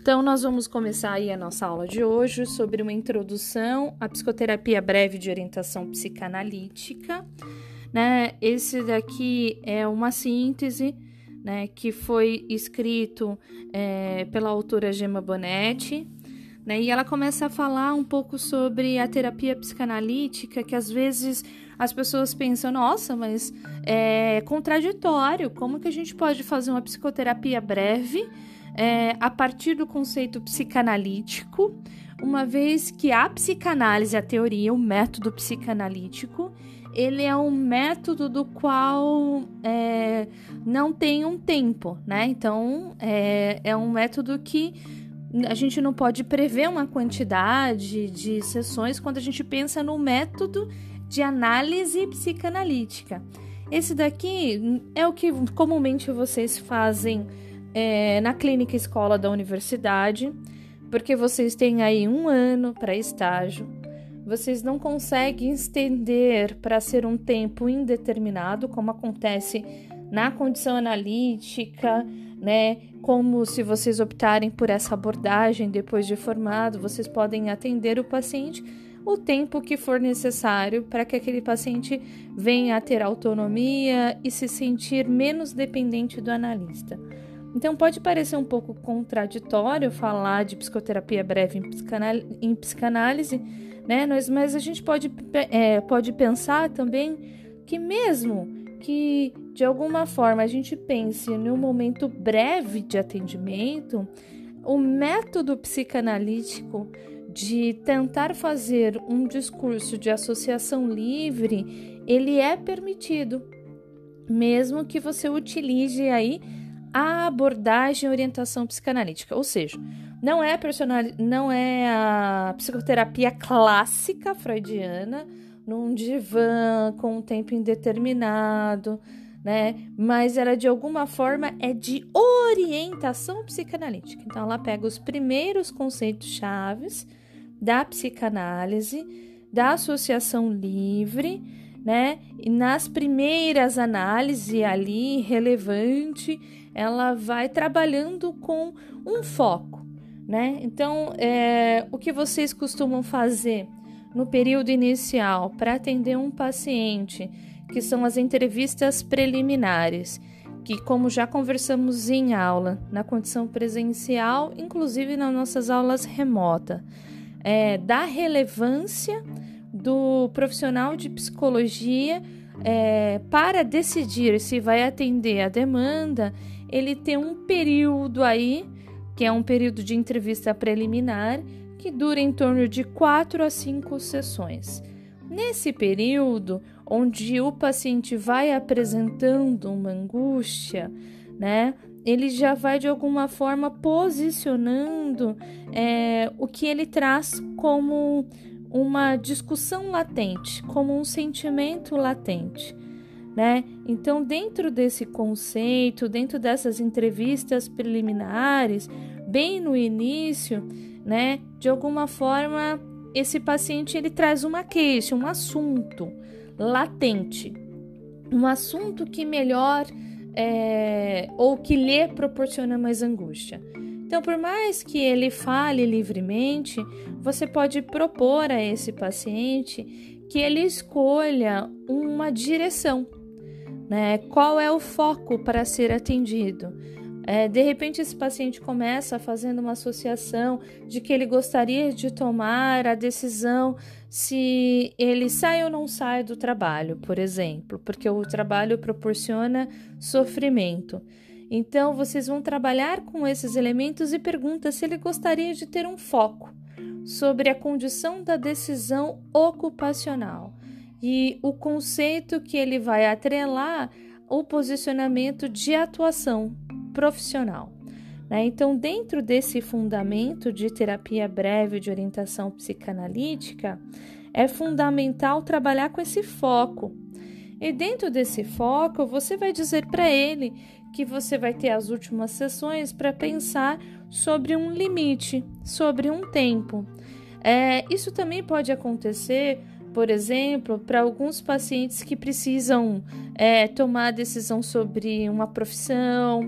Então, nós vamos começar aí a nossa aula de hoje sobre uma introdução à psicoterapia breve de orientação psicanalítica, né? Esse daqui é uma síntese, né, que foi escrito pela autora Gemma Bonetti, né? E ela começa a falar um pouco sobre a terapia psicanalítica, que às vezes as pessoas pensam, nossa, mas é contraditório, como que a gente pode fazer uma psicoterapia breve a partir do conceito psicanalítico, uma vez que a psicanálise, a teoria, o método psicanalítico, ele é um método do qual não tem um tempo, né? Então, é um método que a gente não pode prever uma quantidade de sessões quando a gente pensa no método de análise psicanalítica. Esse daqui é o que comumente vocês fazem na clínica escola da universidade, porque vocês têm aí 1 ano para estágio, vocês não conseguem estender para ser um tempo indeterminado, como acontece na condição analítica, né? Como se vocês optarem por essa abordagem depois de formado, vocês podem atender o paciente o tempo que for necessário para que aquele paciente venha a ter autonomia e se sentir menos dependente do analista. Então, pode parecer um pouco contraditório falar de psicoterapia breve em psicanálise, né? Mas a gente pode pensar também que mesmo que, de alguma forma, a gente pense num momento breve de atendimento, o método psicanalítico de tentar fazer um discurso de associação livre, ele é permitido, mesmo que você utilize aí a abordagem e orientação psicanalítica, ou seja, não é a psicoterapia clássica freudiana, num divã com um tempo indeterminado, né? Mas ela de alguma forma é de orientação psicanalítica. Então ela pega os primeiros conceitos chaves da psicanálise, da associação livre, né? E nas primeiras análises ali relevante, ela vai trabalhando com um foco, né? Então, o que vocês costumam fazer no período inicial para atender um paciente, que são as entrevistas preliminares, que, como já conversamos em aula, na condição presencial, inclusive nas nossas aulas remotas, da relevância do profissional de psicologia para decidir se vai atender a demanda, ele tem um período aí, que é um período de entrevista preliminar, que dura em torno de 4 a 5 sessões. Nesse período, onde o paciente vai apresentando uma angústia, né, ele já vai de alguma forma posicionando o que ele traz como uma discussão latente, como um sentimento latente, né? Então, dentro desse conceito, dentro dessas entrevistas preliminares, bem no início, né, de alguma forma, esse paciente ele traz uma queixa, um assunto latente, um assunto que melhor ou que lhe proporciona mais angústia. Então, por mais que ele fale livremente, você pode propor a esse paciente que ele escolha uma direção, né? Qual é o foco para ser atendido? De repente, esse paciente começa fazendo uma associação de que ele gostaria de tomar a decisão se ele sai ou não sai do trabalho, por exemplo, porque o trabalho proporciona sofrimento. Então, vocês vão trabalhar com esses elementos e pergunta se ele gostaria de ter um foco sobre a condição da decisão ocupacional e o conceito que ele vai atrelar o posicionamento de atuação profissional, né? Então, dentro desse fundamento de terapia breve de orientação psicanalítica, é fundamental trabalhar com esse foco. E dentro desse foco, você vai dizer para ele que você vai ter as últimas sessões para pensar sobre um limite, sobre um tempo. Isso também pode acontecer, por exemplo, para alguns pacientes que precisam tomar decisão sobre uma profissão,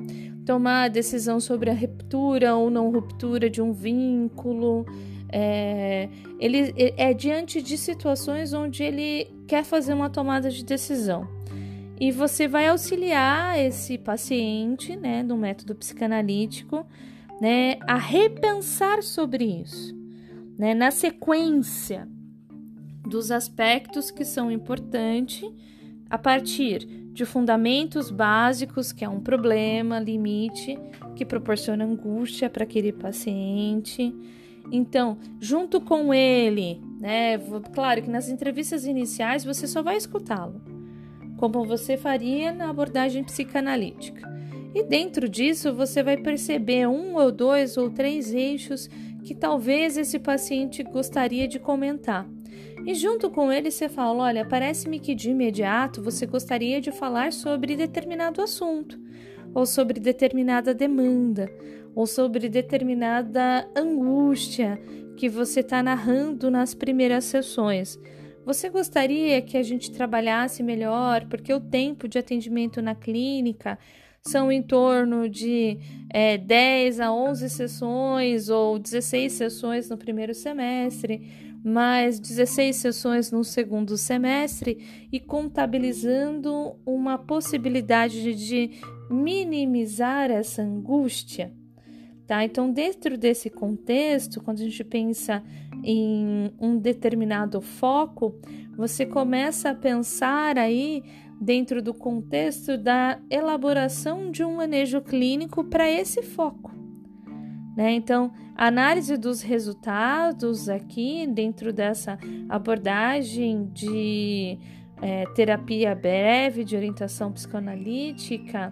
tomar a decisão sobre a ruptura ou não ruptura de um vínculo. Ele é diante de situações onde ele quer fazer uma tomada de decisão. E você vai auxiliar esse paciente, né, do método psicanalítico, né, a repensar sobre isso, né, na sequência dos aspectos que são importantes, a partir de fundamentos básicos, que é um problema, limite, que proporciona angústia para aquele paciente. Então, junto com ele, né, claro que nas entrevistas iniciais você só vai escutá-lo, como você faria na abordagem psicanalítica. E dentro disso você vai perceber 1 ou 2 ou 3 eixos que talvez esse paciente gostaria de comentar. E junto com ele você fala, olha, parece-me que de imediato você gostaria de falar sobre determinado assunto, ou sobre determinada demanda, ou sobre determinada angústia que você está narrando nas primeiras sessões. Você gostaria que a gente trabalhasse melhor, porque o tempo de atendimento na clínica são em torno de 10 a 11 sessões ou 16 sessões no primeiro semestre, mais 16 sessões no segundo semestre, e contabilizando uma possibilidade de minimizar essa angústia. Tá? Então, dentro desse contexto, quando a gente pensa em um determinado foco, você começa a pensar aí dentro do contexto da elaboração de um manejo clínico para esse foco, né? Então, a análise dos resultados aqui dentro dessa abordagem de terapia breve de orientação psicoanalítica,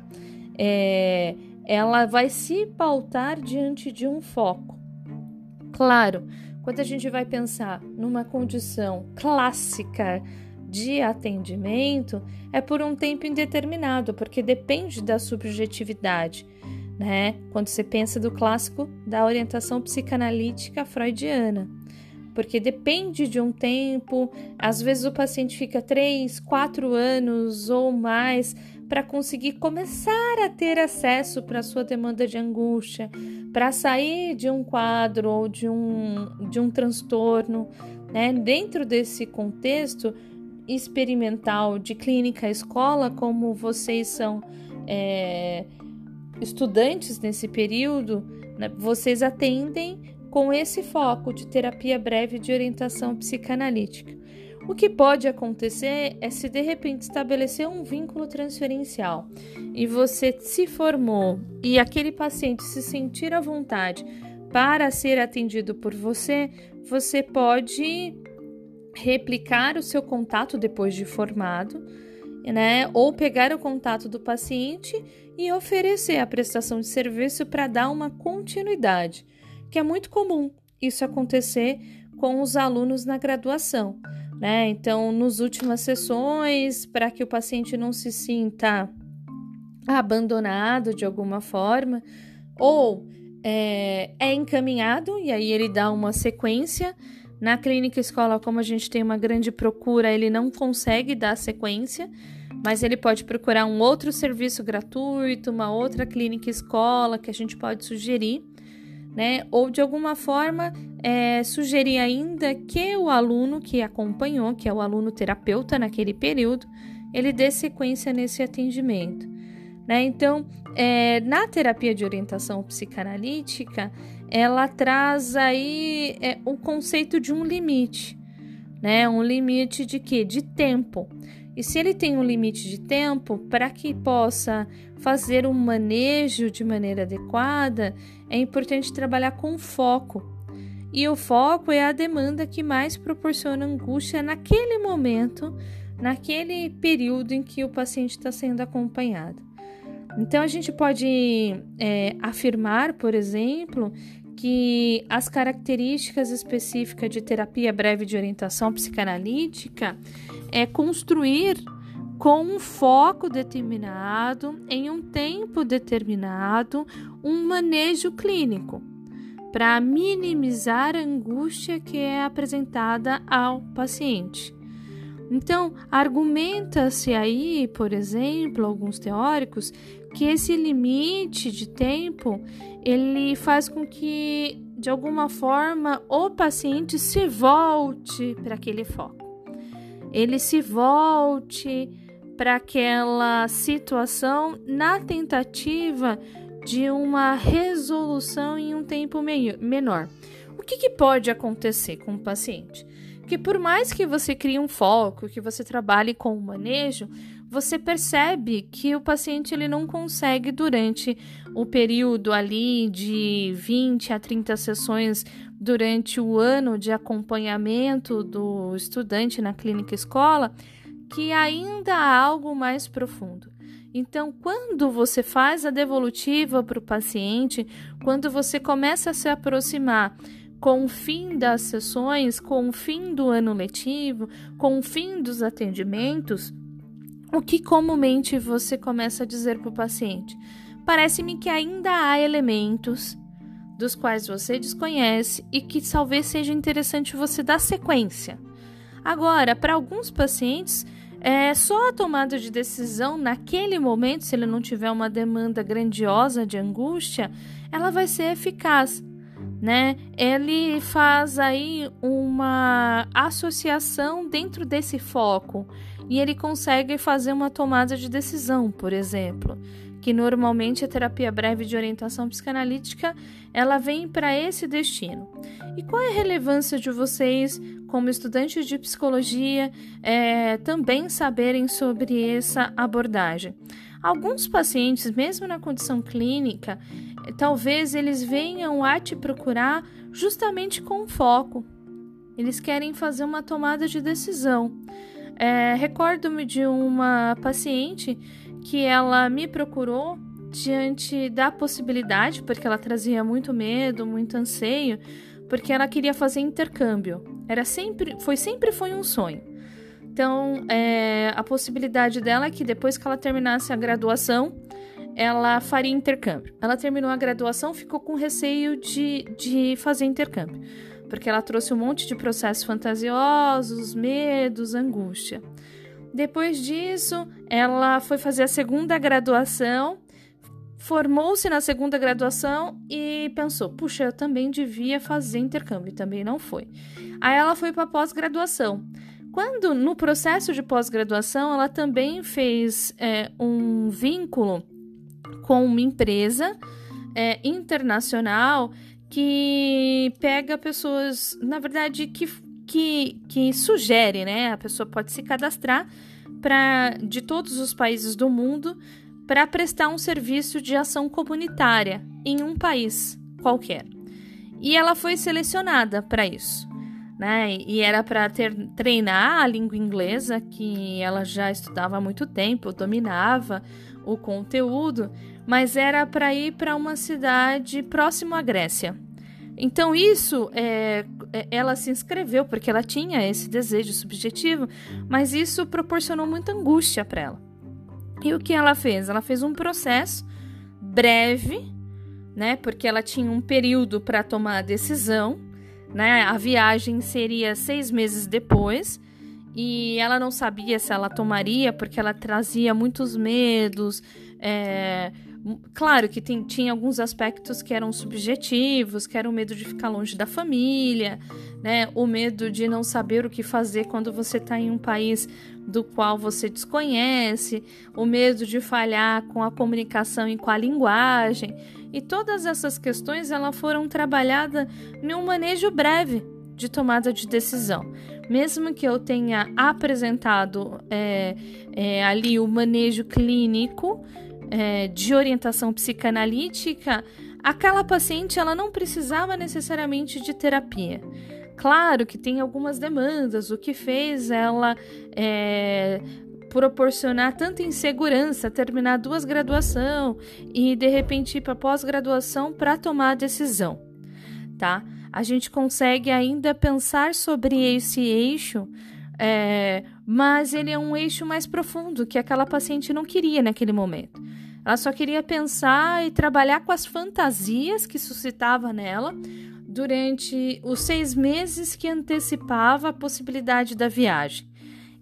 ela vai se pautar diante de um foco. Claro, quando a gente vai pensar numa condição clássica de atendimento, é por um tempo indeterminado, porque depende da subjetividade, né? Quando você pensa do clássico da orientação psicanalítica freudiana, porque depende de um tempo, às vezes o paciente fica 3, 4 anos ou mais para conseguir começar a ter acesso para a sua demanda de angústia, para sair de um quadro ou de um transtorno, né? Dentro desse contexto experimental de clínica escola, como vocês são estudantes nesse período, né, vocês atendem com esse foco de terapia breve de orientação psicanalítica. O que pode acontecer é se de repente estabelecer um vínculo transferencial e você se formou e aquele paciente se sentir à vontade para ser atendido por você, você pode replicar o seu contato depois de formado, né? Ou pegar o contato do paciente e oferecer a prestação de serviço para dar uma continuidade, que é muito comum isso acontecer com os alunos na graduação, né? Então, nas últimas sessões, para que o paciente não se sinta abandonado de alguma forma, ou é encaminhado e aí ele dá uma sequência. Na clínica escola, como a gente tem uma grande procura, ele não consegue dar sequência, mas ele pode procurar um outro serviço gratuito, uma outra clínica escola que a gente pode sugerir, né? Ou de alguma forma sugerir ainda que o aluno que acompanhou, que é o aluno terapeuta naquele período, ele dê sequência nesse atendimento, né? Então, na terapia de orientação psicanalítica, ela traz aí o conceito de um limite, né? Um limite de quê? De tempo. E se ele tem um limite de tempo, para que possa fazer um manejo de maneira adequada, é importante trabalhar com foco. E o foco é a demanda que mais proporciona angústia naquele momento, naquele período em que o paciente está sendo acompanhado. Então, a gente pode afirmar, por exemplo, que as características específicas de terapia breve de orientação psicanalítica é construir com um foco determinado, em um tempo determinado, um manejo clínico para minimizar a angústia que é apresentada ao paciente. Então, argumenta-se aí, por exemplo, alguns teóricos, que esse limite de tempo, ele faz com que, de alguma forma, o paciente se volte para aquele foco. Ele se volte para aquela situação na tentativa de uma resolução em um tempo menor. O que pode acontecer com o paciente? Que por mais que você crie um foco, que você trabalhe com o manejo, você percebe que o paciente ele não consegue, durante o período ali de 20 a 30 sessões durante o ano de acompanhamento do estudante na clínica escola, que ainda há algo mais profundo. Então, quando você faz a devolutiva para o paciente, quando você começa a se aproximar com o fim das sessões, com o fim do ano letivo, com o fim dos atendimentos, o que comumente você começa a dizer para o paciente? Parece-me que ainda há elementos dos quais você desconhece e que talvez seja interessante você dar sequência. Agora, para alguns pacientes, só a tomada de decisão naquele momento, se ele não tiver uma demanda grandiosa de angústia, ela vai ser eficaz, né? Ele faz aí uma associação dentro desse foco e ele consegue fazer uma tomada de decisão, por exemplo, que normalmente a terapia breve de orientação psicanalítica ela vem para esse destino. E qual é a relevância de vocês, como estudantes de psicologia, também saberem sobre essa abordagem? Alguns pacientes, mesmo na condição clínica, talvez eles venham a te procurar justamente com foco. Eles querem fazer uma tomada de decisão. Recordo-me de uma paciente que ela me procurou diante da possibilidade, porque ela trazia muito medo, muito anseio, porque ela queria fazer intercâmbio. Sempre foi um sonho. Então, a possibilidade dela é que depois que ela terminasse a graduação, ela faria intercâmbio. Ela terminou a graduação, ficou com receio de fazer intercâmbio, porque ela trouxe um monte de processos fantasiosos, medos, angústia. Depois disso, ela foi fazer a segunda graduação, formou-se na segunda graduação e pensou, puxa, eu também devia fazer intercâmbio, e também não foi. Aí ela foi para a pós-graduação. Quando, no processo de pós-graduação, ela também fez um vínculo com uma empresa internacional que pega pessoas, na verdade, que sugere, né? A pessoa pode se cadastrar de todos os países do mundo para prestar um serviço de ação comunitária em um país qualquer. E ela foi selecionada para isso, né? E era para treinar a língua inglesa, que ela já estudava há muito tempo, dominava o conteúdo, mas era para ir para uma cidade próxima à Grécia. Então isso, ela se inscreveu porque ela tinha esse desejo subjetivo, mas isso proporcionou muita angústia para ela. E o que ela fez? Ela fez um processo breve, né? Porque ela tinha um período para tomar a decisão, né? A viagem seria 6 meses depois e ela não sabia se ela tomaria porque ela trazia muitos medos. Claro que tinha alguns aspectos que eram subjetivos, que era o medo de ficar longe da família, né? O medo de não saber o que fazer quando você está em um país do qual você desconhece, o medo de falhar com a comunicação e com a linguagem. E todas essas questões elas foram trabalhadas em um manejo breve de tomada de decisão. Mesmo que eu tenha apresentado ali o manejo clínico de orientação psicanalítica, aquela paciente ela não precisava necessariamente de terapia. Claro que tem algumas demandas, o que fez ela proporcionar tanta insegurança, terminar 2 graduações e de repente ir para pós-graduação para tomar a decisão, tá? A gente consegue ainda pensar sobre esse eixo, mas ele é um eixo mais profundo que aquela paciente não queria naquele momento. Ela só queria pensar e trabalhar com as fantasias que suscitava nela durante os 6 meses que antecipava a possibilidade da viagem.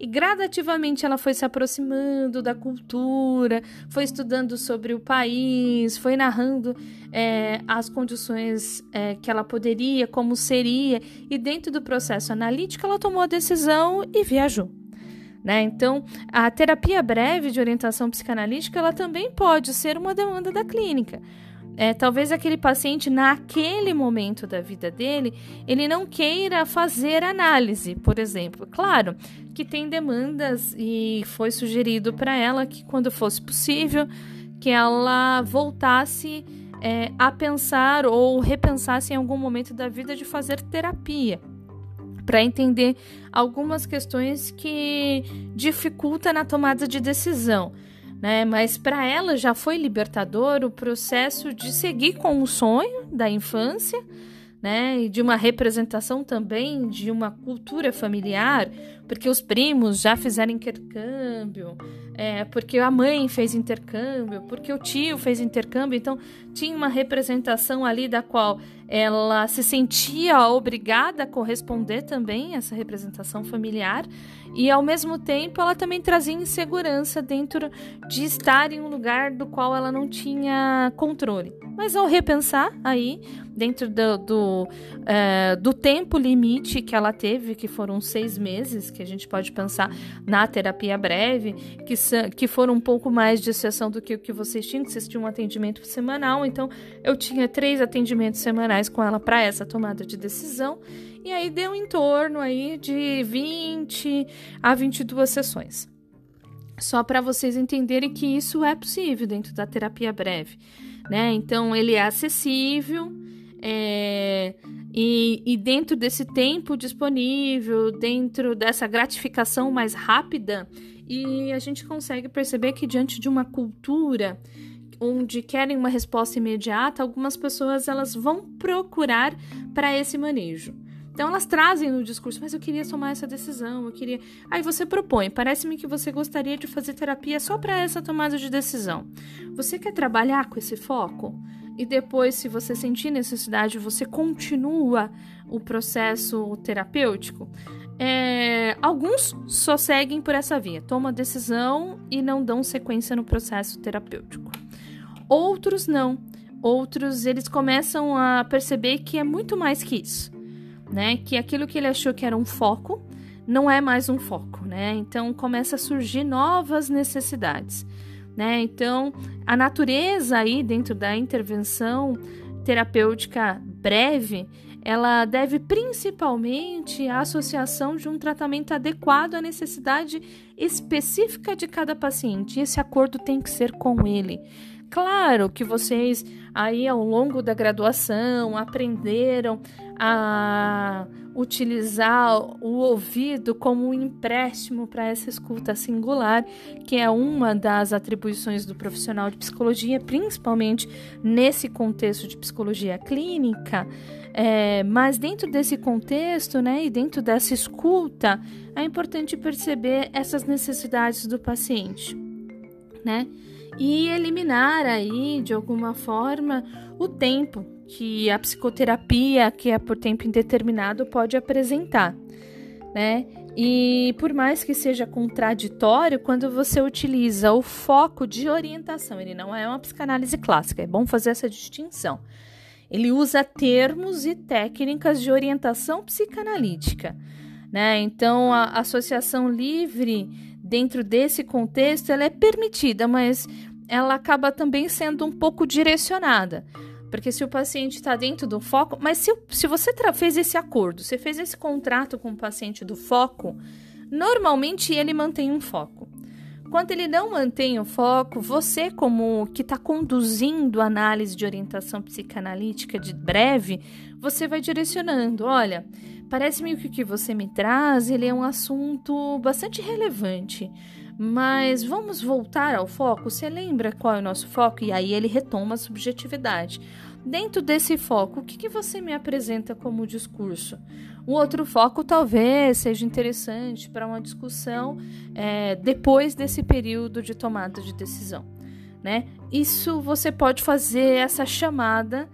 e gradativamente ela foi se aproximando da cultura, foi estudando sobre o país, foi narrando as condições que ela poderia, como seria, e dentro do processo analítico ela tomou a decisão e viajou. Né? Então, a terapia breve de orientação psicanalítica ela também pode ser uma demanda da clínica. Talvez aquele paciente, naquele momento da vida dele, ele não queira fazer análise, por exemplo. Claro que tem demandas e foi sugerido para ela que, quando fosse possível, que ela voltasse a pensar ou repensasse em algum momento da vida de fazer terapia, para entender algumas questões que dificultam na tomada de decisão. Né? Mas para ela já foi libertador o processo de seguir com o sonho da infância, né? E de uma representação também de uma cultura familiar, porque os primos já fizeram intercâmbio, porque a mãe fez intercâmbio, porque o tio fez intercâmbio, então tinha uma representação ali da qual ela se sentia obrigada a corresponder também a essa representação familiar, e ao mesmo tempo ela também trazia insegurança dentro de estar em um lugar do qual ela não tinha controle. Mas ao repensar aí, dentro do tempo limite que ela teve, que foram 6 meses, que a gente pode pensar na terapia breve, que foram um pouco mais de sessão do que o que vocês tinham um atendimento semanal, então eu tinha 3 atendimentos semanais com ela para essa tomada de decisão, e aí deu em torno aí de 20 a 22 sessões. Só para vocês entenderem que isso é possível dentro da terapia breve, né? Então, ele é acessível e dentro desse tempo disponível, dentro dessa gratificação mais rápida, e a gente consegue perceber que diante de uma cultura onde querem uma resposta imediata, algumas pessoas elas vão procurar para esse manejo. Então, elas trazem no discurso, mas eu queria tomar essa decisão, eu queria... Aí você propõe, parece-me que você gostaria de fazer terapia só para essa tomada de decisão. Você quer trabalhar com esse foco? E depois, se você sentir necessidade, você continua o processo terapêutico? Alguns só seguem por essa via, tomam a decisão e não dão sequência no processo terapêutico. Outros não. Outros, eles começam a perceber que é muito mais que isso. Né, que aquilo que ele achou que era um foco, não é mais um foco, né? Então, começa a surgir novas necessidades, né? Então, a natureza aí dentro da intervenção terapêutica breve, ela deve principalmente à associação de um tratamento adequado à necessidade específica de cada paciente. E esse acordo tem que ser com ele. Claro que vocês aí ao longo da graduação aprenderam a utilizar o ouvido como um empréstimo para essa escuta singular, que é uma das atribuições do profissional de psicologia, principalmente nesse contexto de psicologia clínica. Mas dentro desse contexto, né, e dentro dessa escuta, é importante perceber essas necessidades do paciente, né? E eliminar aí, de alguma forma, o tempo que a psicoterapia, que é por tempo indeterminado, pode apresentar, né? E por mais que seja contraditório, quando você utiliza o foco de orientação, ele não é uma psicanálise clássica, é bom fazer essa distinção. Ele usa termos e técnicas de orientação psicanalítica, né? Então, a associação livre dentro desse contexto, ela é permitida, mas ela acaba também sendo um pouco direcionada. Porque se o paciente está dentro do foco... Mas se você fez esse acordo, você fez esse contrato com o paciente do foco, normalmente ele mantém um foco. Quando ele não mantém o foco, você como que está conduzindo a análise de orientação psicanalítica de breve, você vai direcionando. Olha, parece-me que o que você me traz, ele é um assunto bastante relevante, mas vamos voltar ao foco? Você lembra qual é o nosso foco? E aí ele retoma a subjetividade. Dentro desse foco, o que você me apresenta como discurso? O outro foco talvez seja interessante para uma discussão depois desse período de tomada de decisão, né? Isso você pode fazer essa chamada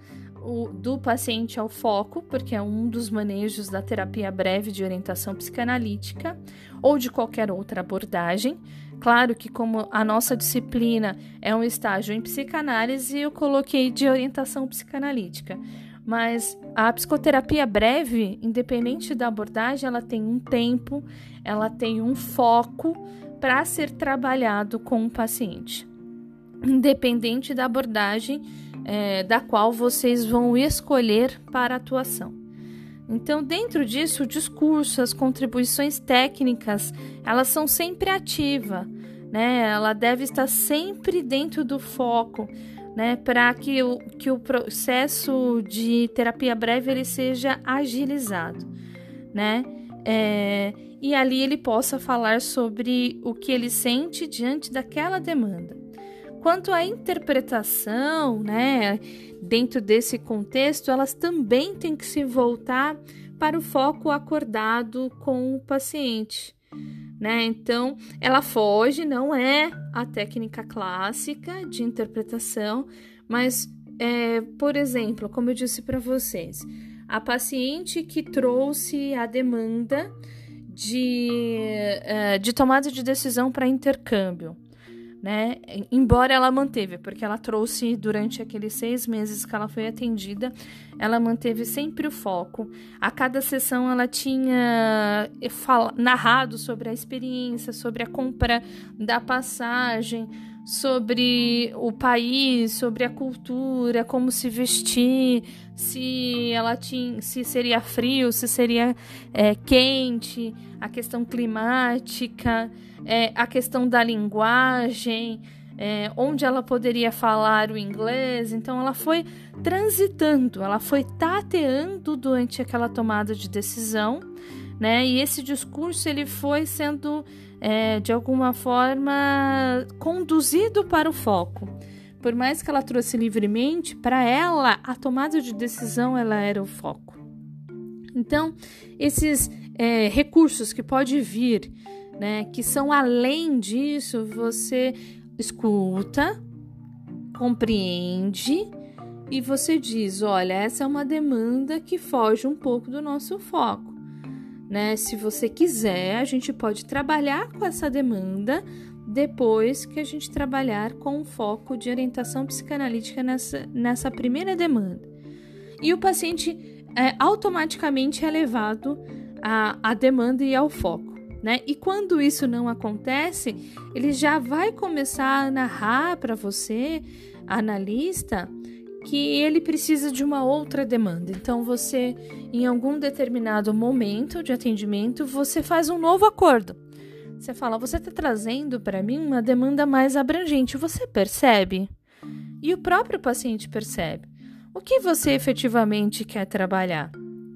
do paciente ao foco, porque é um dos manejos da terapia breve de orientação psicanalítica ou de qualquer outra abordagem. Claro que como a nossa disciplina é um estágio em psicanálise, eu coloquei de orientação psicanalítica. Mas a psicoterapia breve, independente da abordagem, ela tem um tempo, ela tem um foco para ser trabalhado com o paciente, independente da abordagem da qual vocês vão escolher para a atuação. Então, dentro disso, o discurso, as contribuições técnicas, elas são sempre ativas, né? Ela deve estar sempre dentro do foco, né? Para que o processo de terapia breve ele seja agilizado, né? E ali ele possa falar sobre o que ele sente diante daquela demanda. Quanto à interpretação, né, dentro desse contexto, elas também têm que se voltar para o foco acordado com o paciente, né? Então, ela foge, não é a técnica clássica de interpretação, mas, por exemplo, como eu disse para vocês, a paciente que trouxe a demanda de tomada de decisão para intercâmbio, né? Embora ela manteve, porque ela trouxe durante aqueles 6 meses que ela foi atendida, ela manteve sempre o foco. A cada sessão ela tinha narrado sobre a experiência, sobre a compra da passagem, sobre o país, sobre a cultura, como se vestir, se seria frio, se seria quente, a questão climática, a questão da linguagem, onde ela poderia falar o inglês. Então ela foi transitando, ela foi tateando durante aquela tomada de decisão, né? E esse discurso ele foi sendo de alguma forma conduzido para o foco. Por mais que ela trouxe livremente, para ela a tomada de decisão ela era o foco. Então esses recursos que pode vir, né, que são além disso, você escuta, compreende e você diz, olha, essa é uma demanda que foge um pouco do nosso foco, né? Se você quiser, a gente pode trabalhar com essa demanda depois que a gente trabalhar com o foco de orientação psicanalítica nessa primeira demanda. E o paciente automaticamente é levado à demanda e ao foco, né? E quando isso não acontece, ele já vai começar a narrar para você, analista, que ele precisa de uma outra demanda. Então você, em algum determinado momento de atendimento, você faz um novo acordo. Você fala, você está trazendo para mim uma demanda mais abrangente, você percebe? E o próprio paciente percebe. O que você efetivamente quer trabalhar?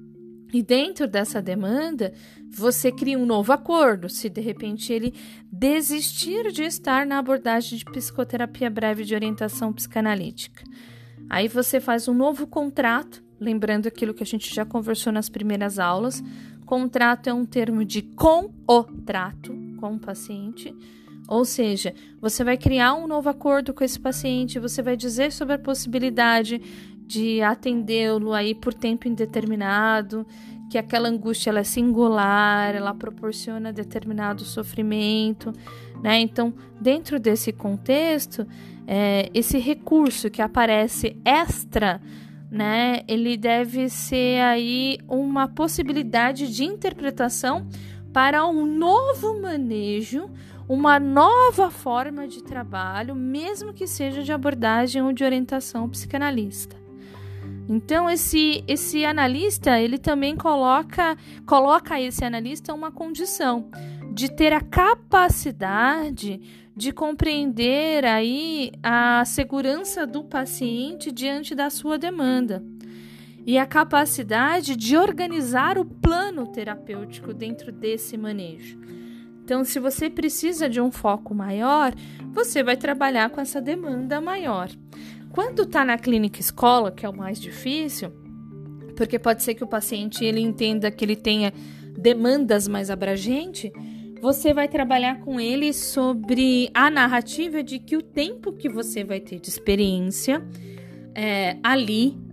E dentro dessa demanda, você cria um novo acordo, se de repente ele desistir de estar na abordagem de psicoterapia breve de orientação psicanalítica. Aí você faz um novo contrato, lembrando aquilo que a gente já conversou nas primeiras aulas. Contrato é um termo de com-o-trato com o paciente, ou seja, você vai criar um novo acordo com esse paciente, você vai dizer sobre a possibilidade de atendê-lo aí por tempo indeterminado, que aquela angústia ela é singular, ela proporciona determinado sofrimento, né? Então, dentro desse contexto, esse recurso que aparece extra, né? Ele deve ser aí uma possibilidade de interpretação para um novo manejo, uma nova forma de trabalho, mesmo que seja de abordagem ou de orientação psicanalista. Então, esse analista, ele também coloca esse analista uma condição de ter a capacidade de compreender aí a segurança do paciente diante da sua demanda e a capacidade de organizar o plano terapêutico dentro desse manejo. Então, se você precisa de um foco maior, você vai trabalhar com essa demanda maior. Quando está na clínica escola, que é o mais difícil, porque pode ser que o paciente ele entenda que ele tenha demandas mais abrangentes, você vai trabalhar com ele sobre a narrativa de que o tempo que você vai ter de experiência ali,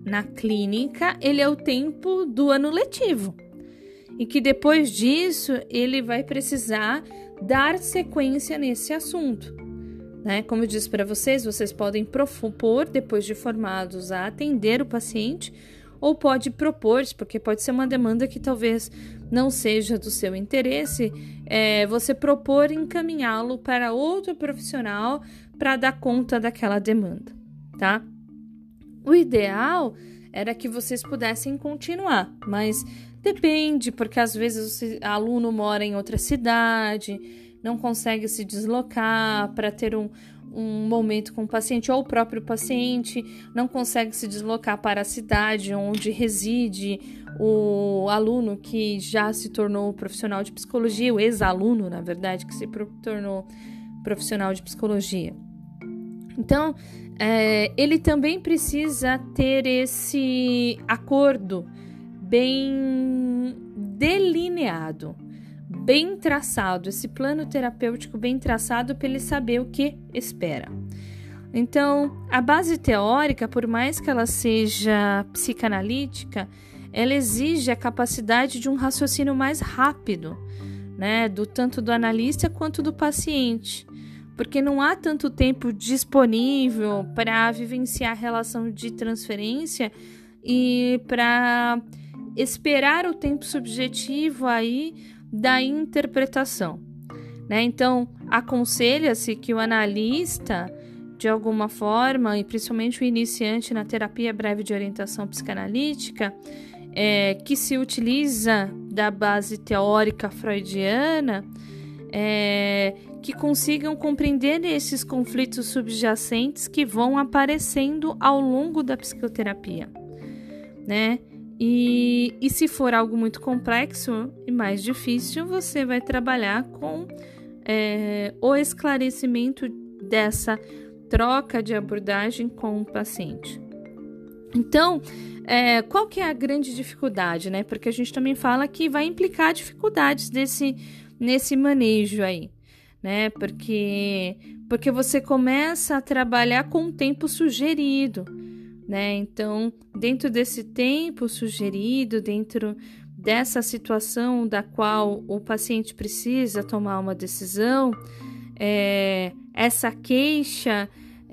na clínica, ele é o tempo do ano letivo. E que depois disso, ele vai precisar dar sequência nesse assunto. Né? Como eu disse para vocês podem propor, depois de formados, a atender o paciente, ou pode propor, porque pode ser uma demanda que talvez não seja do seu interesse, você propor encaminhá-lo para outro profissional para dar conta daquela demanda, tá? O ideal era que vocês pudessem continuar, mas depende, porque às vezes o aluno mora em outra cidade, não consegue se deslocar para ter um momento com o paciente, ou o próprio paciente não consegue se deslocar para a cidade onde reside o aluno que já se tornou profissional de psicologia, o ex-aluno, na verdade, que se tornou profissional de psicologia. Então, ele também precisa ter esse acordo bem delineado, bem traçado, esse plano terapêutico bem traçado para ele saber o que espera. Então, a base teórica, por mais que ela seja psicanalítica, ela exige a capacidade de um raciocínio mais rápido, né, tanto do analista quanto do paciente, porque não há tanto tempo disponível para vivenciar a relação de transferência e para esperar o tempo subjetivo aí da interpretação, né? Então, aconselha-se que o analista, de alguma forma, e principalmente o iniciante na terapia breve de orientação psicanalítica, que se utiliza da base teórica freudiana, que consigam compreender esses conflitos subjacentes que vão aparecendo ao longo da psicoterapia, né? E se for algo muito complexo e mais difícil, você vai trabalhar com o esclarecimento dessa troca de abordagem com o paciente. Então, qual que é a grande dificuldade, né? Porque a gente também fala que vai implicar dificuldades nesse manejo aí, né? Porque você começa a trabalhar com o tempo sugerido, né? Então, dentro desse tempo sugerido, dentro dessa situação da qual o paciente precisa tomar uma decisão, essa queixa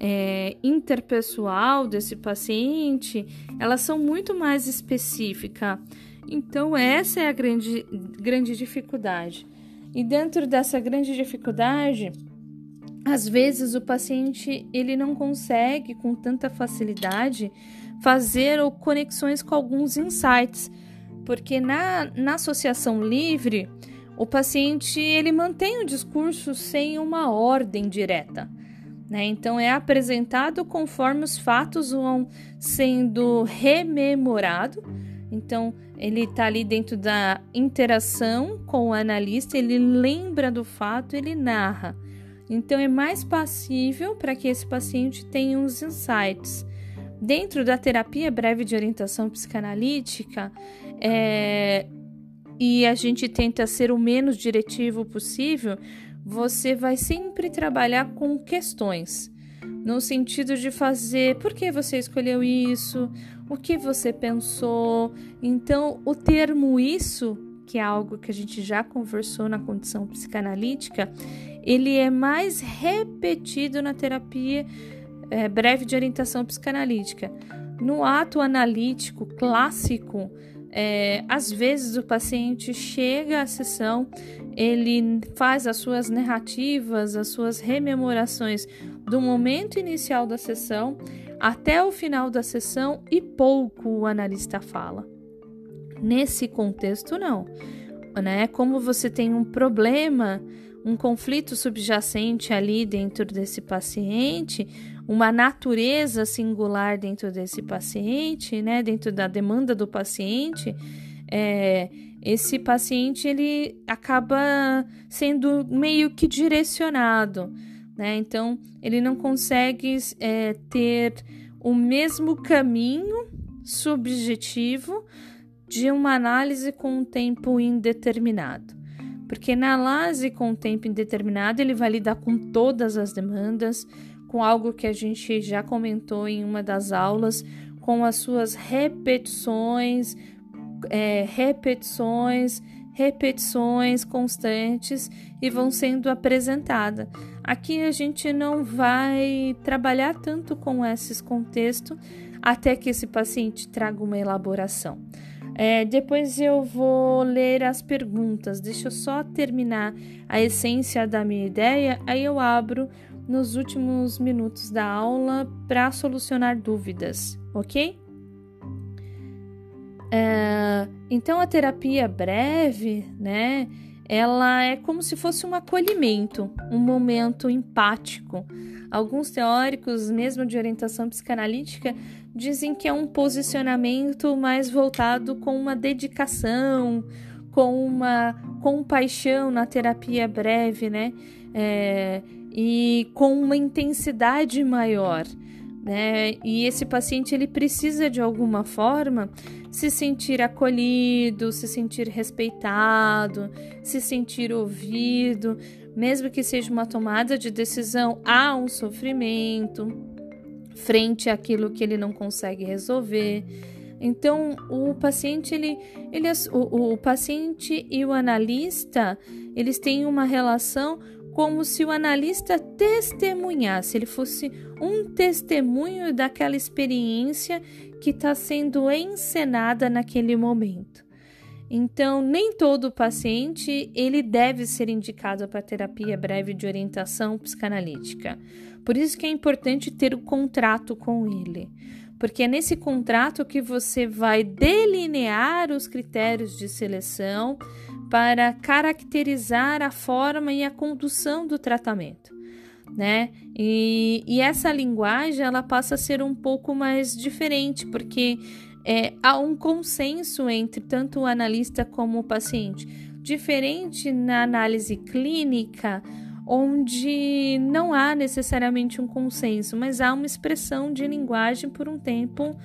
interpessoal desse paciente, elas são muito mais específicas. Então, essa é a grande dificuldade. E dentro dessa grande dificuldade, às vezes o paciente ele não consegue com tanta facilidade fazer conexões com alguns insights, porque na associação livre o paciente ele mantém o discurso sem uma ordem direta, né? Então é apresentado conforme os fatos vão sendo rememorados. Então ele está ali dentro da interação com o analista, ele lembra do fato, ele narra. Então, é mais passível para que esse paciente tenha uns insights. Dentro da terapia breve de orientação psicanalítica, e a gente tenta ser o menos diretivo possível, você vai sempre trabalhar com questões, no sentido de fazer por que você escolheu isso, o que você pensou. Então, o termo isso, que é algo que a gente já conversou na condição psicanalítica, ele é mais repetido na terapia breve de orientação psicanalítica. No ato analítico clássico, às vezes o paciente chega à sessão, ele faz as suas narrativas, as suas rememorações do momento inicial da sessão até o final da sessão e pouco o analista fala. Nesse contexto, não, né? Como você tem um problema, um conflito subjacente ali dentro desse paciente, uma natureza singular dentro desse paciente, né? Dentro da demanda do paciente, esse paciente ele acaba sendo meio que direcionado, né? Então, ele não consegue ter o mesmo caminho subjetivo de uma análise com um tempo indeterminado. Porque na análise com tempo indeterminado, ele vai lidar com todas as demandas, com algo que a gente já comentou em uma das aulas, com as suas repetições constantes e vão sendo apresentadas. Aqui a gente não vai trabalhar tanto com esses contextos até que esse paciente traga uma elaboração. Depois eu vou ler as perguntas. Deixa eu só terminar a essência da minha ideia, aí eu abro nos últimos minutos da aula para solucionar dúvidas, ok? Então a terapia breve, né, ela é como se fosse um acolhimento, um momento empático. Alguns teóricos, mesmo de orientação psicanalítica, dizem que é um posicionamento mais voltado com uma dedicação, com uma compaixão na terapia breve, né, e com uma intensidade maior. E esse paciente ele precisa de alguma forma se sentir acolhido, se sentir respeitado, se sentir ouvido, mesmo que seja uma tomada de decisão, há um sofrimento frente àquilo que ele não consegue resolver. Então o paciente o paciente e o analista, eles têm uma relação como se o analista testemunhasse, ele fosse um testemunho daquela experiência que está sendo encenada naquele momento. Então, nem todo paciente ele deve ser indicado para terapia breve de orientação psicanalítica. Por isso que é importante ter o contrato com ele, porque é nesse contrato que você vai delinear os critérios de seleção para caracterizar a forma e a condução do tratamento, né? E essa linguagem ela passa a ser um pouco mais diferente, porque há um consenso entre tanto o analista como o paciente, diferente na análise clínica, onde não há necessariamente um consenso, mas há uma expressão de linguagem por um tempo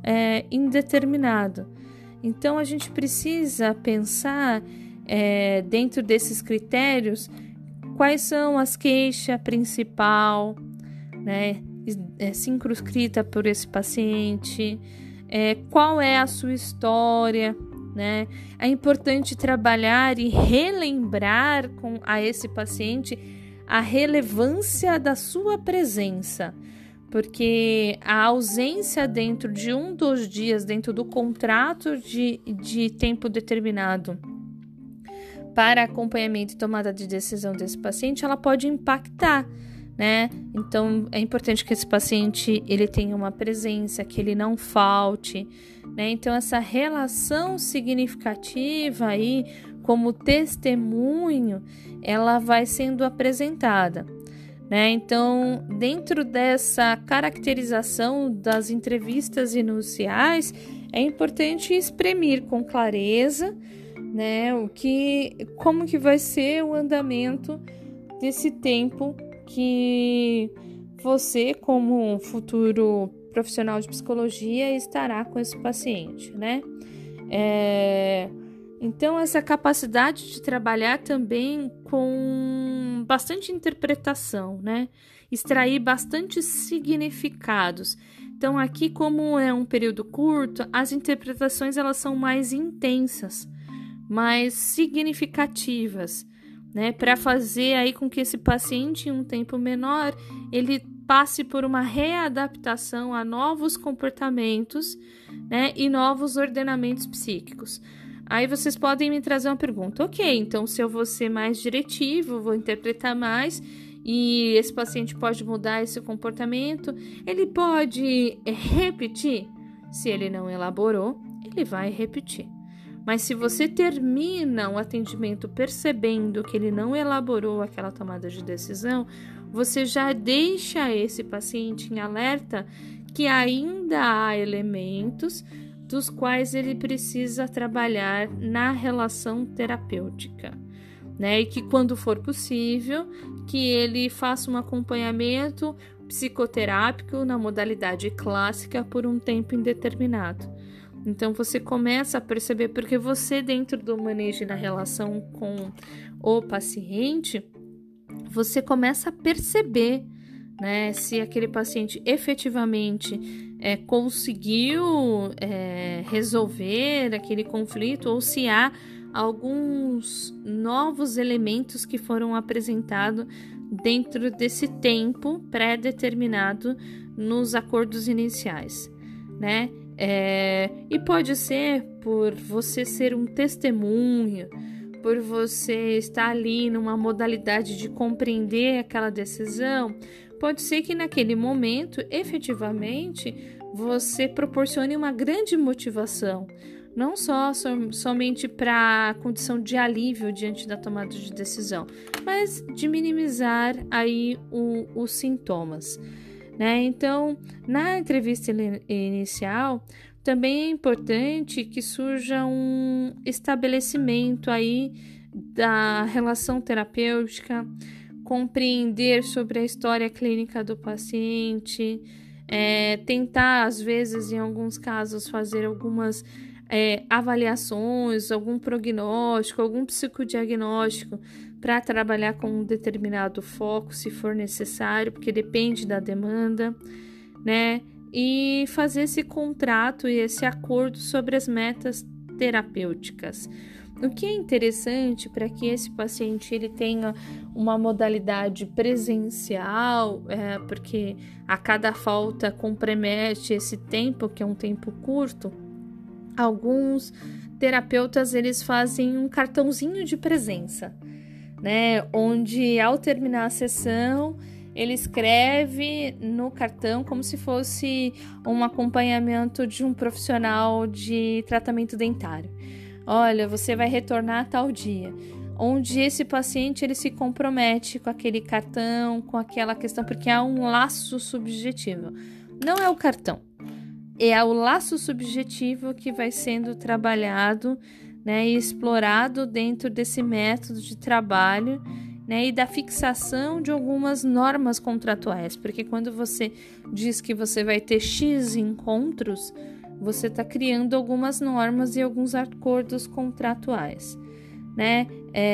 indeterminado. Então a gente precisa pensar dentro desses critérios quais são as queixas principal, né, circunscrita por esse paciente, qual é a sua história, né? É importante trabalhar e relembrar a esse paciente a relevância da sua presença, porque a ausência dentro de 1 2 dias, dentro do contrato de tempo determinado para acompanhamento e tomada de decisão desse paciente, ela pode impactar, né? Então, é importante que esse paciente ele tenha uma presença, que ele não falte, né? Então, essa relação significativa aí, como testemunho, ela vai sendo apresentada, né? Então, dentro dessa caracterização das entrevistas iniciais, é importante exprimir com clareza, né, como que vai ser o andamento desse tempo que você, como futuro profissional de psicologia, estará com esse paciente, né? Então, essa capacidade de trabalhar também com bastante interpretação, né? Extrair bastante significados. Então, aqui, como é um período curto, as interpretações elas são mais intensas, mais significativas, né? Para fazer aí com que esse paciente, em um tempo menor, ele passe por uma readaptação a novos comportamentos, né? E novos ordenamentos psíquicos. Aí vocês podem me trazer uma pergunta. Ok, então se eu vou ser mais diretivo, vou interpretar mais, e esse paciente pode mudar esse comportamento, ele pode repetir? Se ele não elaborou, ele vai repetir. Mas se você termina o atendimento percebendo que ele não elaborou aquela tomada de decisão, você já deixa esse paciente em alerta que ainda há elementos dos quais ele precisa trabalhar na relação terapêutica, né? E que quando for possível, que ele faça um acompanhamento psicoterápico na modalidade clássica por um tempo indeterminado. Então, você começa a perceber, porque você, dentro do manejo na relação com o paciente, você começa a perceber, né? Se aquele paciente efetivamente conseguiu resolver aquele conflito ou se há alguns novos elementos que foram apresentados dentro desse tempo pré-determinado nos acordos iniciais, né? E pode ser por você ser um testemunho, por você estar ali numa modalidade de compreender aquela decisão, pode ser que naquele momento, efetivamente, você proporcione uma grande motivação, não somente para a condição de alívio diante da tomada de decisão, mas de minimizar aí os sintomas, né? Então, na entrevista inicial, também é importante que surja um estabelecimento aí da relação terapêutica, compreender sobre a história clínica do paciente, tentar, às vezes, em alguns casos, fazer algumas avaliações, algum prognóstico, algum psicodiagnóstico para trabalhar com um determinado foco, se for necessário, porque depende da demanda, né? E fazer esse contrato e esse acordo sobre as metas terapêuticas. O que é interessante para que esse paciente ele tenha uma modalidade presencial, porque a cada falta compromete esse tempo, que é um tempo curto. Alguns terapeutas eles fazem um cartãozinho de presença, né? Onde ao terminar a sessão ele escreve no cartão como se fosse um acompanhamento de um profissional de tratamento dentário. Olha, você vai retornar a tal dia, onde esse paciente ele se compromete com aquele cartão, com aquela questão, porque há um laço subjetivo. Não é o cartão, é o laço subjetivo que vai sendo trabalhado, né, e explorado dentro desse método de trabalho, né, e da fixação de algumas normas contratuais, porque quando você diz que você vai ter X encontros, você está criando algumas normas e alguns acordos contratuais, né?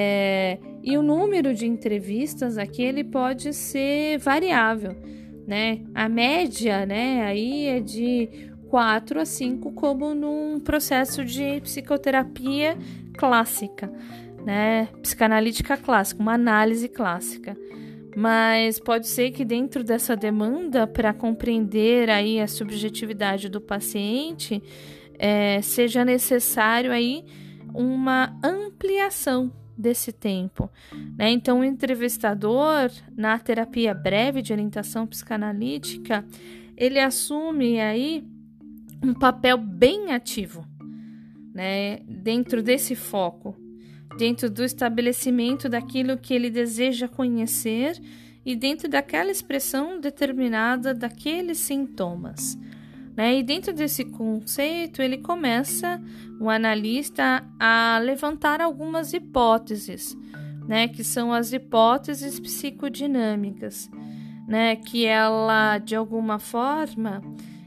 E o número de entrevistas aqui ele pode ser variável, né? A média, né, aí é de 4 a 5, como num processo de psicoterapia clássica, né? Psicanalítica clássica, uma análise clássica. Mas pode ser que dentro dessa demanda, para compreender aí a subjetividade do paciente, seja necessário aí uma ampliação desse tempo, né? Então, o entrevistador, na terapia breve de orientação psicanalítica, ele assume aí um papel bem ativo, né? Dentro desse foco, dentro do estabelecimento daquilo que ele deseja conhecer e dentro daquela expressão determinada daqueles sintomas, né? E dentro desse conceito, ele começa, o analista, a levantar algumas hipóteses, né? Que são as hipóteses psicodinâmicas, né? Que ela, de alguma forma,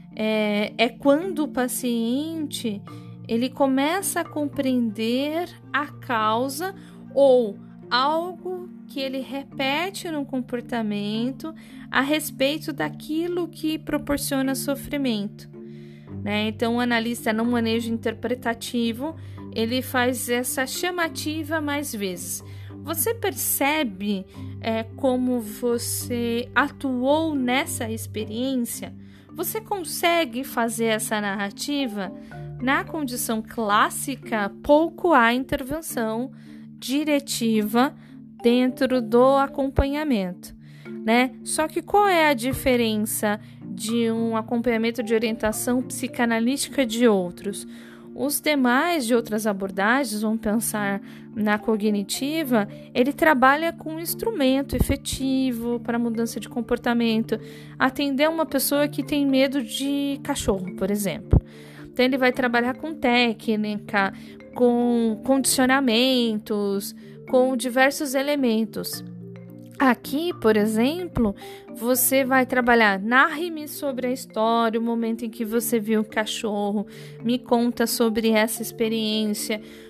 é quando o paciente ele começa a compreender a causa ou algo que ele repete no comportamento a respeito daquilo que proporciona sofrimento, né? Então, o analista, no manejo interpretativo, ele faz essa chamativa mais vezes. Você percebe como você atuou nessa experiência? Você consegue fazer essa narrativa? Na condição clássica, pouco há intervenção diretiva dentro do acompanhamento, né? Só que qual é a diferença de um acompanhamento de orientação psicanalítica de outros? Os demais de outras abordagens, vamos pensar na cognitiva, ele trabalha com um instrumento efetivo para mudança de comportamento. Atender uma pessoa que tem medo de cachorro, por exemplo. Então, ele vai trabalhar com técnica, com condicionamentos, com diversos elementos. Aqui, por exemplo, você vai trabalhar, narre-me sobre a história, o momento em que você viu o cachorro, me conta sobre essa experiência,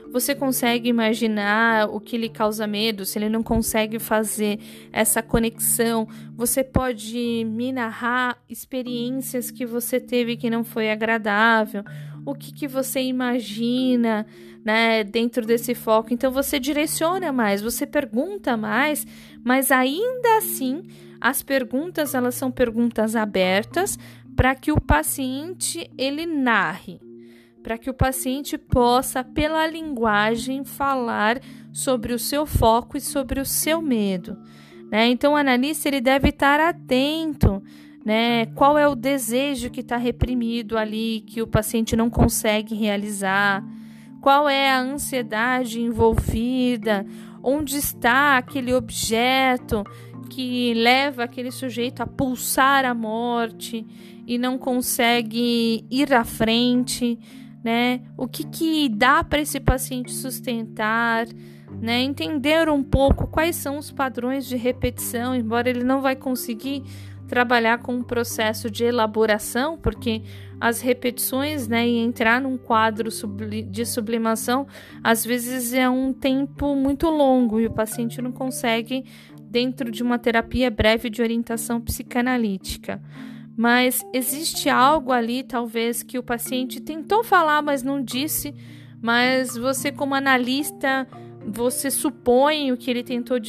Você consegue imaginar o que lhe causa medo? Se ele não consegue fazer essa conexão, você pode me narrar experiências que você teve que não foi agradável? O que você imagina, né, dentro desse foco? Então, você direciona mais, você pergunta mais, mas ainda assim, as perguntas, elas são perguntas abertas para que o paciente, ele narre, para que o paciente possa, pela linguagem, falar sobre o seu foco e sobre o seu medo, né? Então, o analista, ele deve estar atento, né? Qual é o desejo que está reprimido ali, que o paciente não consegue realizar? Qual é a ansiedade envolvida? Onde está aquele objeto que leva aquele sujeito a pulsar a morte e não consegue ir à frente, né? O que dá para esse paciente sustentar, né? Entender um pouco quais são os padrões de repetição, embora ele não vai conseguir trabalhar com um processo de elaboração, porque as repetições, né, e entrar num quadro de sublimação, às vezes é um tempo muito longo e o paciente não consegue dentro de uma terapia breve de orientação psicanalítica. Mas existe algo ali, talvez, que o paciente tentou falar, mas não disse, mas você, como analista, você supõe o que ele tentou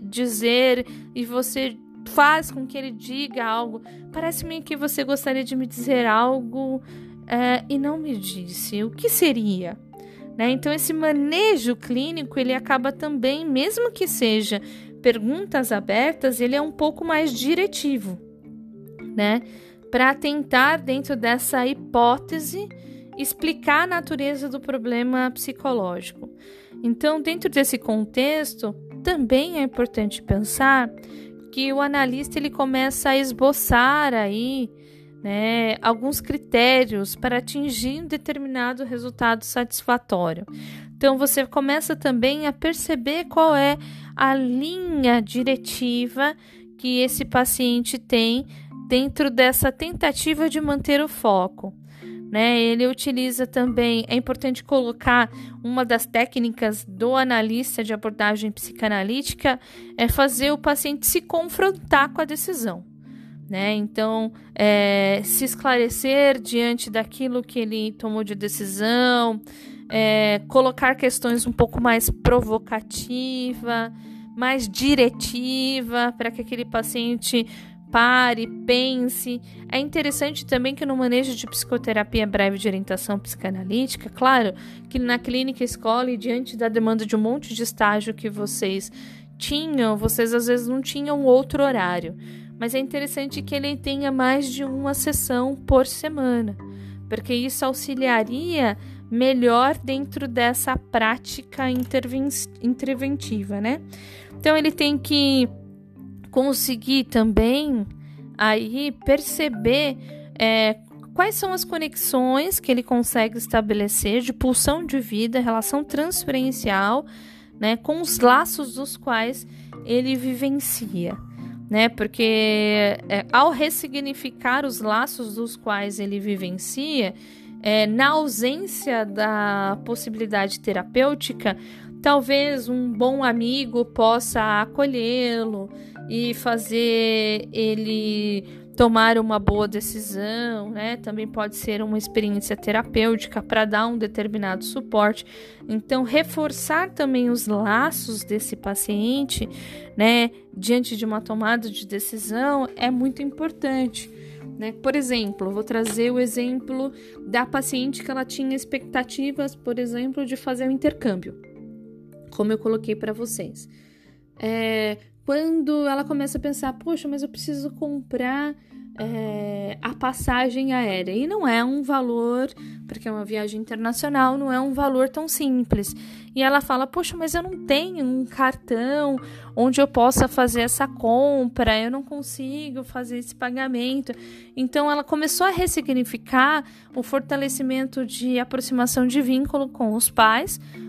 dizer e você faz com que ele diga algo. Parece-me que você gostaria de me dizer algo e não me disse. O que seria? Né? Então, esse manejo clínico, ele acaba também, mesmo que seja perguntas abertas, ele é um pouco mais diretivo, né? Para tentar, dentro dessa hipótese, explicar a natureza do problema psicológico. Então, dentro desse contexto, também é importante pensar que o analista, ele começa a esboçar aí, né, alguns critérios para atingir um determinado resultado satisfatório. Então, você começa também a perceber qual é a linha diretiva que esse paciente tem dentro dessa tentativa de manter o foco, né? Ele utiliza também, é importante colocar, uma das técnicas do analista de abordagem psicanalítica é fazer o paciente se confrontar com a decisão, né? Então, se esclarecer diante daquilo que ele tomou de decisão, colocar questões um pouco mais provocativa, mais diretiva, para que aquele paciente pare, pense. É interessante também que no manejo de psicoterapia breve de orientação psicanalítica, claro que na clínica escola e diante da demanda de um monte de estágio que vocês tinham, vocês às vezes não tinham outro horário, mas é interessante que ele tenha mais de uma sessão por semana, porque isso auxiliaria melhor dentro dessa prática interventiva, né? Então ele tem que conseguir também aí perceber quais são as conexões que ele consegue estabelecer de pulsão de vida, relação transferencial, né, com os laços dos quais ele vivencia, né? Porque ao ressignificar os laços dos quais ele vivencia, na ausência da possibilidade terapêutica, talvez um bom amigo possa acolhê-lo e fazer ele tomar uma boa decisão, né? Também pode ser uma experiência terapêutica para dar um determinado suporte. Então, reforçar também os laços desse paciente, né, diante de uma tomada de decisão é muito importante, né? Por exemplo, vou trazer o exemplo da paciente que ela tinha expectativas, por exemplo, de fazer um intercâmbio, como eu coloquei para vocês. Quando ela começa a pensar, poxa, mas eu preciso comprar a passagem aérea. E não é um valor, porque é uma viagem internacional, não é um valor tão simples. E ela fala, poxa, mas eu não tenho um cartão onde eu possa fazer essa compra, eu não consigo fazer esse pagamento. Então, ela começou a ressignificar o fortalecimento de aproximação de vínculo com os pais,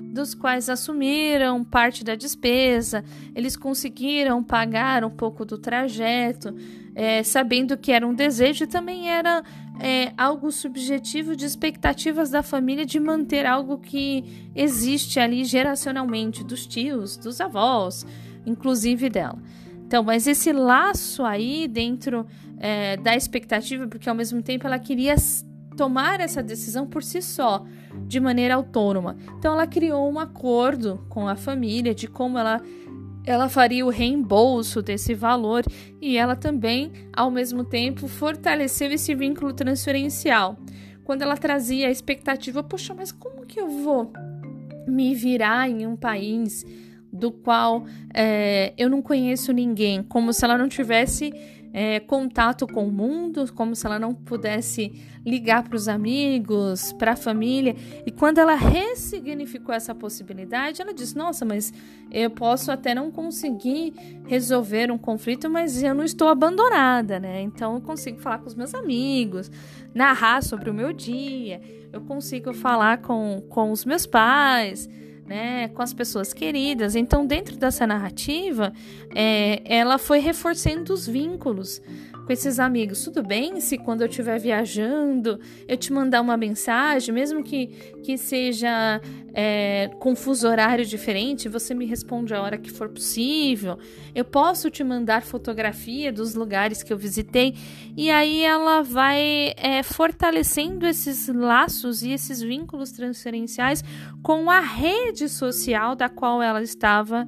dos quais assumiram parte da despesa, eles conseguiram pagar um pouco do trajeto, sabendo que era um desejo e também era algo subjetivo de expectativas da família de manter algo que existe ali geracionalmente, dos tios, dos avós, inclusive dela. Então, mas esse laço aí dentro da expectativa, porque ao mesmo tempo ela queria tomar essa decisão por si só, de maneira autônoma. Então, ela criou um acordo com a família de como ela faria o reembolso desse valor e ela também, ao mesmo tempo, fortaleceu esse vínculo transferencial. Quando ela trazia a expectativa, poxa, mas como que eu vou me virar em um país do qual eu não conheço ninguém, como se ela não tivesse contato com o mundo, como se ela não pudesse ligar para os amigos, para a família. E quando ela ressignificou essa possibilidade, ela disse, nossa, mas eu posso até não conseguir resolver um conflito, mas eu não estou abandonada, né? Então eu consigo falar com os meus amigos, narrar sobre o meu dia, eu consigo falar com os meus pais, né, com as pessoas queridas. Então, dentro dessa narrativa, ela foi reforçando os vínculos com esses amigos. Tudo bem se quando eu estiver viajando, eu te mandar uma mensagem, mesmo que seja com fuso horário diferente, você me responde a hora que for possível. Eu posso te mandar fotografia dos lugares que eu visitei. E aí ela vai fortalecendo esses laços e esses vínculos transferenciais com a rede social da qual ela estava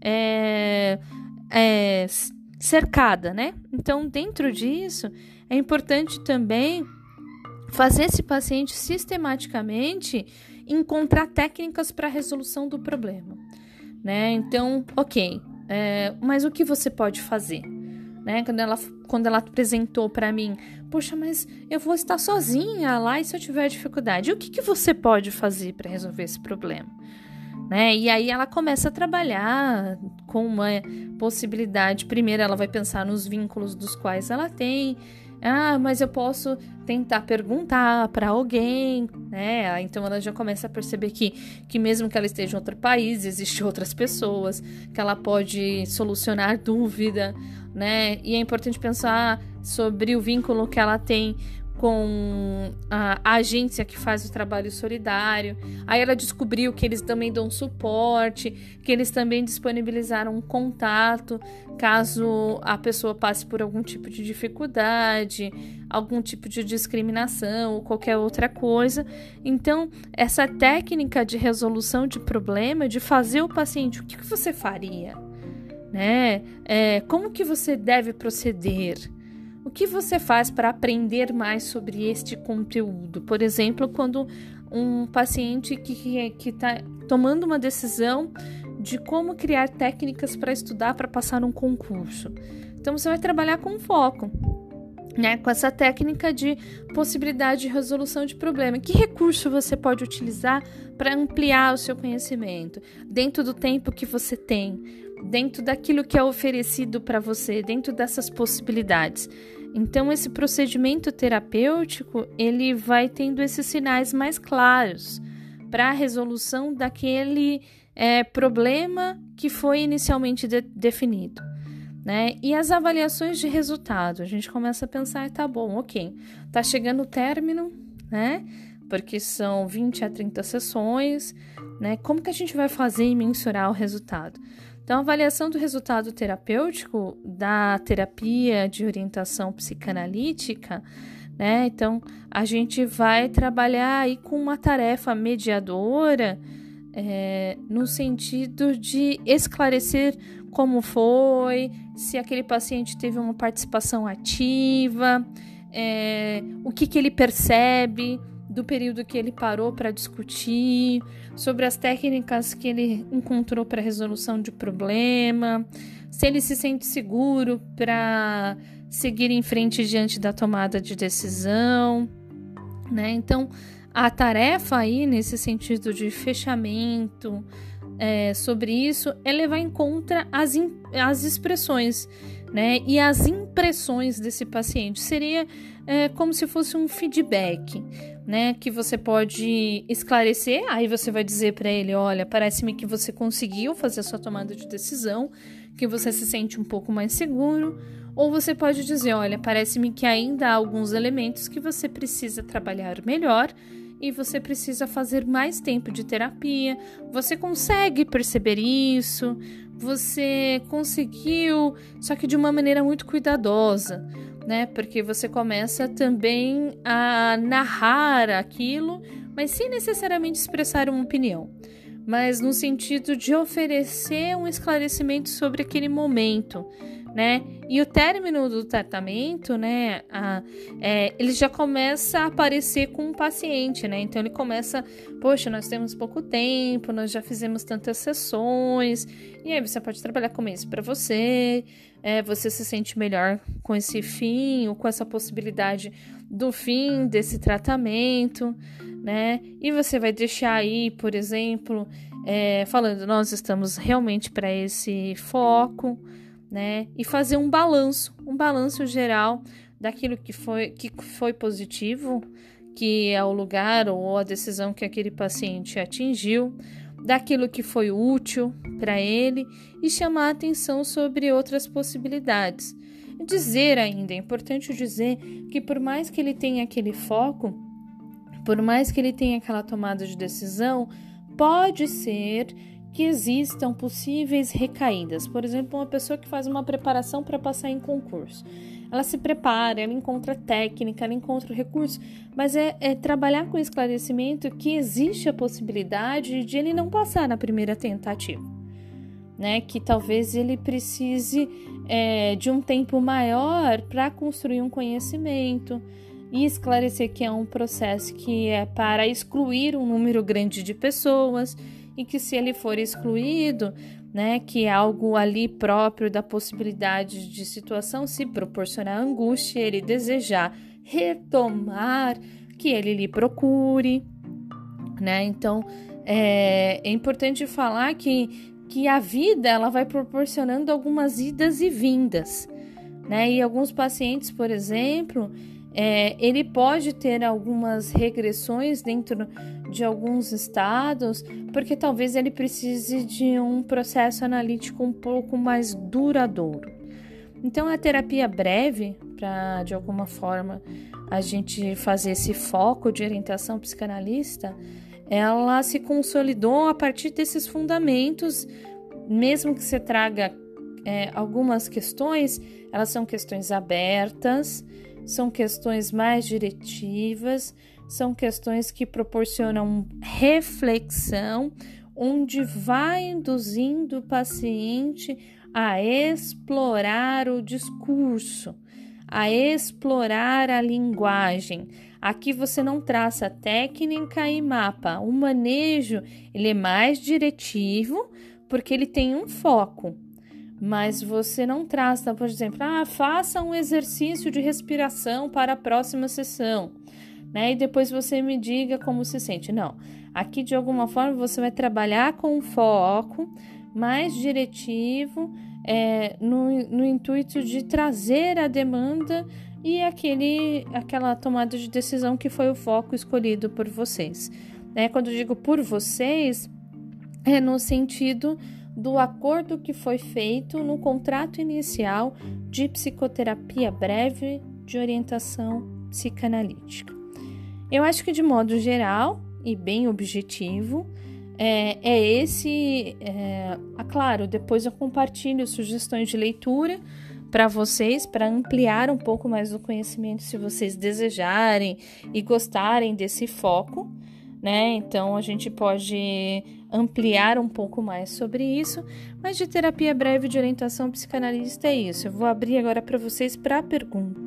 cercada, né? Então, dentro disso, é importante também fazer esse paciente sistematicamente encontrar técnicas para a resolução do problema, né? Então, ok, mas o que você pode fazer? Né? Quando ela apresentou para mim, poxa, mas eu vou estar sozinha lá e se eu tiver dificuldade, o que você pode fazer para resolver esse problema? Né? E aí ela começa a trabalhar com uma possibilidade. Primeiro ela vai pensar nos vínculos dos quais ela tem. Mas eu posso tentar perguntar para alguém, né? Então ela já começa a perceber que mesmo que ela esteja em outro país, existem outras pessoas, que ela pode solucionar dúvida, né? E é importante pensar sobre o vínculo que ela tem com a agência que faz o trabalho solidário. Aí ela descobriu que eles também dão suporte, que eles também disponibilizaram um contato caso a pessoa passe por algum tipo de dificuldade, algum tipo de discriminação ou qualquer outra coisa. Então, essa técnica de resolução de problema, de fazer o paciente, o que você faria? Né? Como que você deve proceder? O que você faz para aprender mais sobre este conteúdo? Por exemplo, quando um paciente que está tomando uma decisão de como criar técnicas para estudar, para passar num concurso. Então, você vai trabalhar com foco, né? Com essa técnica de possibilidade de resolução de problema. Que recurso você pode utilizar para ampliar o seu conhecimento? Dentro do tempo que você tem, dentro daquilo que é oferecido para você, dentro dessas possibilidades. Então, esse procedimento terapêutico, ele vai tendo esses sinais mais claros para a resolução daquele problema que foi inicialmente definido, né? E as avaliações de resultado, a gente começa a pensar, tá bom, ok, tá chegando o término, né? Porque são 20 a 30 sessões, né? Como que a gente vai fazer e mensurar o resultado? Então, a avaliação do resultado terapêutico da terapia de orientação psicanalítica, né? Então, a gente vai trabalhar aí com uma tarefa mediadora, no sentido de esclarecer como foi, se aquele paciente teve uma participação ativa, o que ele percebe do período que ele parou para discutir, sobre as técnicas que ele encontrou para resolução de problema, se ele se sente seguro para seguir em frente diante da tomada de decisão, né? Então, a tarefa aí, nesse sentido de fechamento sobre isso, é levar em conta as expressões, né? E as impressões desse paciente. Seria como se fosse um feedback, né? Que você pode esclarecer. Aí você vai dizer para ele: olha, parece-me que você conseguiu fazer a sua tomada de decisão, que você se sente um pouco mais seguro. Ou você pode dizer: olha, parece-me que ainda há alguns elementos que você precisa trabalhar melhor e você precisa fazer mais tempo de terapia. Você consegue perceber isso? Você conseguiu, só que de uma maneira muito cuidadosa, né? Porque você começa também a narrar aquilo, mas sem necessariamente expressar uma opinião, mas no sentido de oferecer um esclarecimento sobre aquele momento, né? E o término do tratamento, né? Ele já começa a aparecer com o paciente, né? Então ele começa: poxa, nós temos pouco tempo, nós já fizemos tantas sessões, e aí você pode trabalhar com isso para você. Você se sente melhor com esse fim, ou com essa possibilidade do fim desse tratamento, né? E você vai deixar aí, por exemplo, falando: nós estamos realmente para esse foco, né? E fazer um balanço geral daquilo que foi positivo, que é o lugar ou a decisão que aquele paciente atingiu, daquilo que foi útil para ele, e chamar a atenção sobre outras possibilidades. É importante dizer que por mais que ele tenha aquele foco, por mais que ele tenha aquela tomada de decisão, pode ser que existam possíveis recaídas. Por exemplo, uma pessoa que faz uma preparação para passar em concurso. Ela se prepara, ela encontra técnica, ela encontra recurso, mas é trabalhar com esclarecimento que existe a possibilidade de ele não passar na primeira tentativa, né? Que talvez ele precise de um tempo maior para construir um conhecimento e esclarecer que é um processo que é para excluir um número grande de pessoas, e que se ele for excluído, né, que é algo ali próprio da possibilidade de situação se proporcionar angústia, ele desejar retomar, que ele lhe procure, né? Então, é importante falar que a vida, ela vai proporcionando algumas idas e vindas, né? E alguns pacientes, por exemplo, ele pode ter algumas regressões dentro de alguns estados, porque talvez ele precise de um processo analítico um pouco mais duradouro. Então, a terapia breve, para de alguma forma a gente fazer esse foco de orientação psicanalista, ela se consolidou a partir desses fundamentos. Mesmo que você traga algumas questões, elas são questões abertas, são questões mais diretivas, são questões que proporcionam reflexão, onde vai induzindo o paciente a explorar o discurso, a explorar a linguagem. Aqui você não traça técnica e mapa. O manejo, ele é mais diretivo, porque ele tem um foco. Mas você não traça, por exemplo, faça um exercício de respiração para a próxima sessão, né? E depois você me diga como se sente. Não, aqui de alguma forma você vai trabalhar com um foco mais diretivo, no intuito de trazer a demanda e aquela tomada de decisão que foi o foco escolhido por vocês, né? Quando eu digo por vocês, é no sentido do acordo que foi feito no contrato inicial de psicoterapia breve de orientação psicanalítica. Eu acho que de modo geral e bem objetivo, claro, depois eu compartilho sugestões de leitura para vocês, para ampliar um pouco mais o conhecimento, se vocês desejarem e gostarem desse foco, né? Então a gente pode ampliar um pouco mais sobre isso, mas de terapia breve de orientação psicanalista é isso. Eu vou abrir agora para vocês para perguntas.